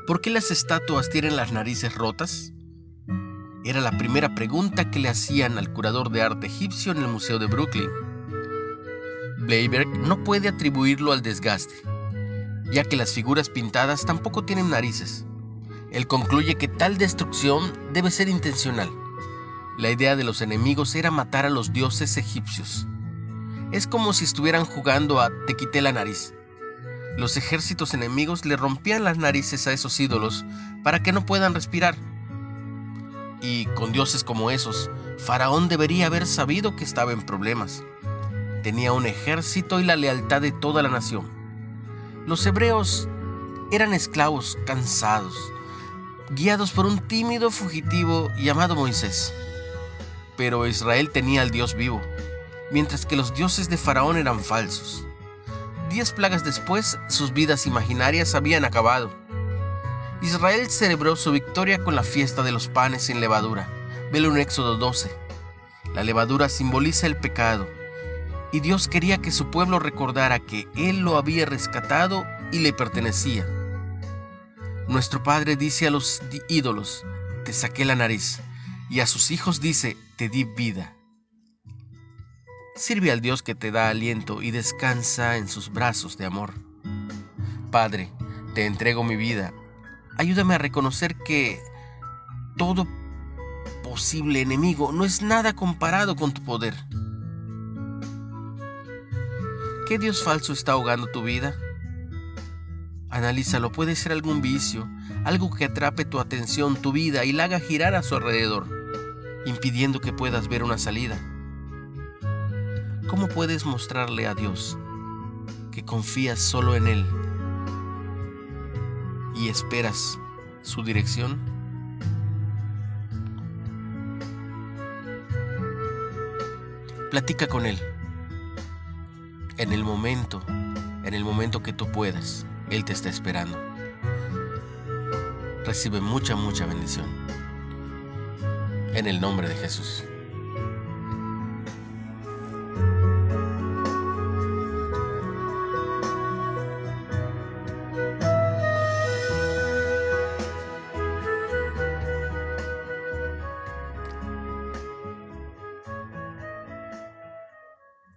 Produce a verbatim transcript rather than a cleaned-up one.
¿Por qué las estatuas tienen las narices rotas? Era la primera pregunta que le hacían al curador de arte egipcio en el Museo de Brooklyn. Bleiberg no puede atribuirlo al desgaste, ya que las figuras pintadas tampoco tienen narices. Él concluye que tal destrucción debe ser intencional. La idea de los enemigos era matar a los dioses egipcios. Es como si estuvieran jugando a te quité la nariz. Los ejércitos enemigos le rompían las narices a esos ídolos para que no puedan respirar. Y con dioses como esos, Faraón debería haber sabido que estaba en problemas. Tenía un ejército y la lealtad de toda la nación. Los hebreos eran esclavos cansados, guiados por un tímido fugitivo llamado Moisés. Pero Israel tenía al Dios vivo, mientras que los dioses de Faraón eran falsos. Diez plagas después, sus vidas imaginarias habían acabado. Israel celebró su victoria con la fiesta de los panes sin levadura. Velo en Éxodo doce. La levadura simboliza el pecado, y Dios quería que su pueblo recordara que Él lo había rescatado y le pertenecía. Nuestro Padre dice a los ídolos, te saqué la nariz, y a sus hijos dice, te di vida. Sirve al Dios que te da aliento y descansa en sus brazos de amor. Padre, te entrego mi vida. Ayúdame a reconocer que todo posible enemigo no es nada comparado con tu poder. ¿Qué Dios falso está ahogando tu vida? Analízalo, puede ser algún vicio, algo que atrape tu atención, tu vida y la haga girar a su alrededor, impidiendo que puedas ver una salida. ¿Cómo puedes mostrarle a Dios que confías solo en Él y esperas su dirección? Platica con Él. En el momento, en el momento que tú puedas, Él te está esperando. Recibe mucha, mucha bendición. En el nombre de Jesús.